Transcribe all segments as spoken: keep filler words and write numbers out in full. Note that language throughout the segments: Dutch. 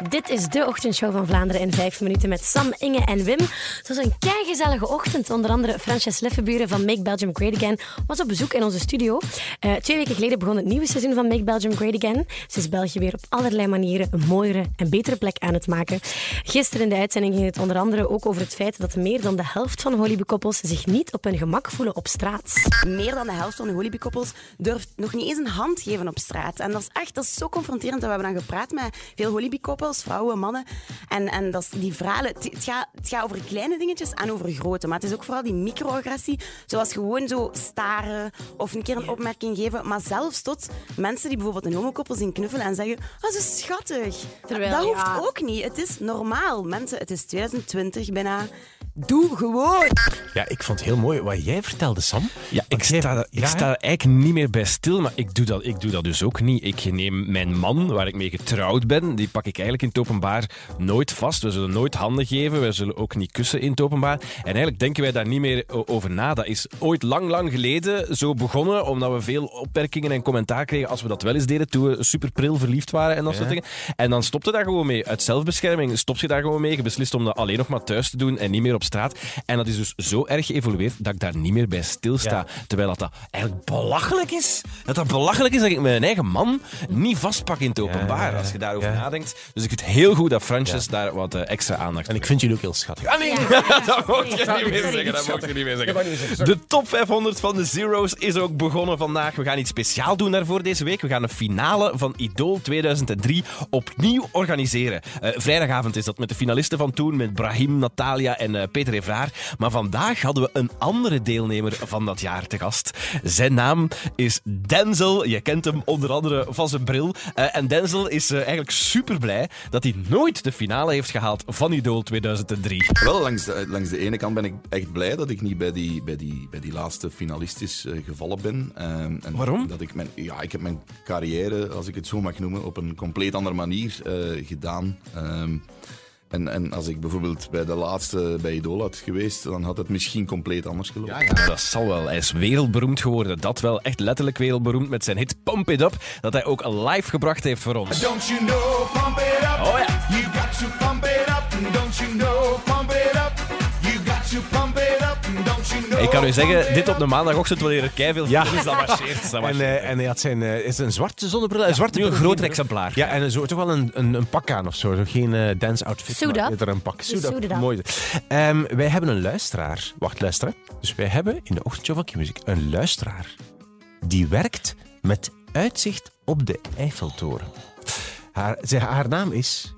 Dit is de ochtendshow van Vlaanderen in vijf minuten met Sam, Inge en Wim. Het was een keigezellige ochtend. Onder andere Frances Leffenburen van Make Belgium Great Again was op bezoek in onze studio. Uh, twee weken geleden begon het nieuwe seizoen van Make Belgium Great Again. Ze is België weer op allerlei manieren een mooiere en betere plek aan het maken. Gisteren in de uitzending ging het onder andere ook over het feit dat meer dan de helft van Hollyby-koppels zich niet op hun gemak voelen op straat. Meer dan de helft van de Hollyby-koppels durft nog niet eens een hand geven op straat. En dat is echt dat is zo confronterend. We hebben dan gepraat met veel Hollyby-koppels, vrouwen, mannen. En, en dat is die verhalen, het, het, gaat, het gaat over kleine dingetjes en over grote. Maar het is ook vooral die micro-agressie. Zoals gewoon zo staren of een keer een opmerking geven. Maar zelfs tot mensen die bijvoorbeeld een homokoppel zien knuffelen en zeggen, oh, zo schattig. Terwijl, dat hoeft ja. ook niet. Het is normaal. Mensen, het is twintig twintig bijna. Doe gewoon. Ja, ik vond het heel mooi wat jij vertelde, Sam. Ja, ik jij, sta, ik ja, sta eigenlijk niet meer bij stil, maar ik doe, dat, ik doe dat dus ook niet. Ik neem mijn man, waar ik mee getrouwd ben, die pak ik eigenlijk in het openbaar nooit vast. We zullen nooit handen geven, we zullen ook niet kussen in het openbaar. En eigenlijk denken wij daar niet meer over na. Dat is ooit lang, lang geleden zo begonnen, omdat we veel opmerkingen en commentaar kregen als we dat wel eens deden, toen we super pril verliefd waren en dat ja. soort dingen. En dan stopte daar gewoon mee. Uit zelfbescherming stop je daar gewoon mee. Je beslist om dat alleen nog maar thuis te doen en niet meer op straat. En dat is dus zo erg geëvolueerd dat ik daar niet meer bij stilsta. Ja. Terwijl dat, dat eigenlijk belachelijk is. Dat dat belachelijk is dat ik mijn eigen man niet vastpak in het openbaar. Ja, als je daarover ja. nadenkt. Dus ik vind het heel goed dat Frances ja. daar wat uh, extra aandacht En ik vind jullie ook heel schattig. Ah, nee, ja. dat mocht je niet meer zeggen. Dat mocht je niet meer zeggen. De top vijfhonderd van de Zero's is ook begonnen vandaag. We gaan iets speciaal doen daarvoor deze week. We gaan een finale van Idol tweeduizend drie opnieuw organiseren. Uh, vrijdagavond is dat met de finalisten van toen, met Brahim, Natalia en uh, Peter Evraar. Maar vandaag hadden we een andere deelnemer van dat jaar te gast. Zijn naam is Denzel. Je kent hem onder andere van zijn bril. Uh, en Denzel is uh, eigenlijk super blij dat hij nooit de finale heeft gehaald van Idol tweeduizend drie. Wel, langs de, langs de ene kant ben ik echt blij dat ik niet bij die, bij die, bij die laatste finalistes uh, gevallen ben. Uh, en Waarom? Dat ik, mijn, ja, ik heb mijn carrière, als ik het zo mag noemen, op een compleet andere manier uh, gedaan. Um, En, en als ik bijvoorbeeld bij de laatste bij Idol had geweest, dan had het misschien compleet anders gelopen. Ja, ja, dat zal wel. Hij is wereldberoemd geworden. Dat wel, echt letterlijk wereldberoemd met zijn hit Pump It Up, dat hij ook live gebracht heeft voor ons. Don't you know, pump it up. Oh ja. You got to pump it up. Don't you know, pump it up. You got to pump it up. Don't you know. Ik kan u zeggen, dit op de maandagochtend, wanneer er keiveel ja. is, dat marcheert. Dat marcheert. En, uh, en hij had zijn uh, is het een zwarte zonnebril, een ja, zwarte nu een bril, groter exemplaar. Ja, en zo, toch wel een, een, een pak aan of zo. zo geen uh, dance outfit. Suit maar up. er een pak. Suit up. Suit up. Mooi. Um, wij hebben een luisteraar. Wacht, luisteren. Dus wij hebben in de ochtendshow van Q-Music een luisteraar die werkt met uitzicht op de Eiffeltoren. Haar, zij, haar naam is...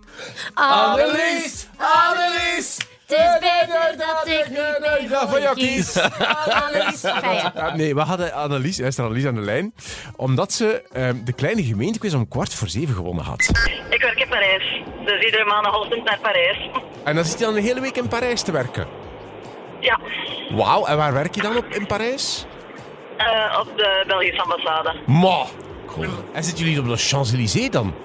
Annelies! Annelies! Het is beter dat ik niet meer voor je kies. Annelies. Enfin, ja. Ja, nee, we hadden Annelies, luister Annelies aan de lijn, omdat ze um, de kleine gemeentequiz om kwart voor zeven gewonnen had. Ik werk in Parijs, dus iedere maandagochtend naar Parijs. En dan zit je dan de hele week in Parijs te werken. Ja, Wauw, en waar werk je dan op in Parijs? uh, op de Belgische ambassade. Ma! Cool. En zitten jullie op de Champs-Élysées dan?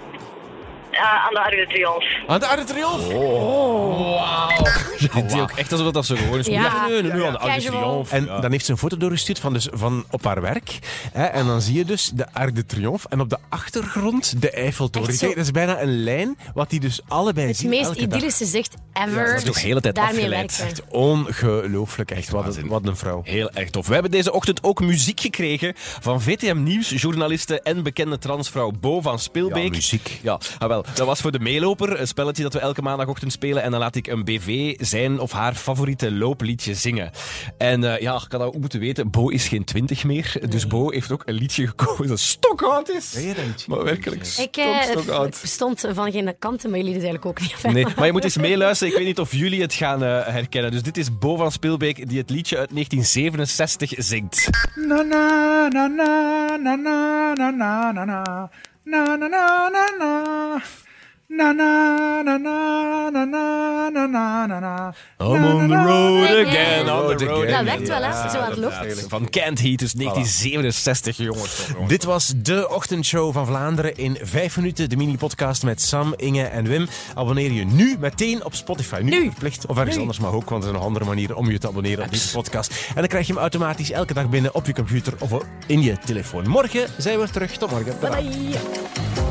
Uh, aan de Arc de Triomphe. Aan de Arc de Triomphe? Oh, wauw. Je deed ook echt alsof dat zo gewoon is. Ja. Ja, nee, nee, nee, aan de Arc de Casual. Triomphe. En Ja. dan heeft ze een foto doorgestuurd van, dus, van op haar werk. Hè, en dan zie je dus de Arc de Triomphe en op de achtergrond de Eiffeltoren. Echt zo. Kijk, dat is bijna een lijn wat die dus allebei Het zien meest elke dag. idyllische zicht ever. dat is toch de hele tijd Daarmee afgeleid. werkt ze. Ongelooflijk, echt. Wat een, Waanzin. wat een vrouw. Heel erg tof. We hebben deze ochtend ook muziek gekregen van V T M Nieuws-journaliste en bekende transvrouw Bo van Spilbeek. Ja, muziek. Ja, ah, wel. Dat was voor de meeloper, een spelletje dat we elke maandagochtend spelen. En dan laat ik een B V zijn of haar favoriete loopliedje zingen. En uh, ja, ik had dat ook moeten weten, Bo is geen twintig meer. Nee. Dus Bo heeft ook een liedje gekozen dat stokoud is. Weet je dat liedje? Maar werkelijk Ik stok, eh, stokoud. stond van geen kanten, maar jullie dus eigenlijk ook niet. Nee, maar je moet eens meeluisteren. Ik weet niet of jullie het gaan uh, herkennen. Dus dit is Bo van Spilbeek die het liedje uit negentien zevenenzestig zingt. Na na na na na na na na na na na na na na na. Na na na na na na na na na na. I'm on the road again, on the Road road again. Dat werkt wel, hè? Zo aan het inderdaad. lucht. Van Can't Heat, dus negentien zevenenzestig, jongens. jongens. Dit was de ochtendshow van Vlaanderen in vijf minuten. De mini-podcast met Sam, Inge en Wim. Abonneer je nu meteen op Spotify. Nu, Nu. verplicht. Of ergens Nu. anders mag ook, want er zijn nog andere manieren om je te abonneren op deze podcast. En dan krijg je hem automatisch elke dag binnen op je computer of in je telefoon. Morgen zijn we terug. Tot morgen. Bye bye. Bye.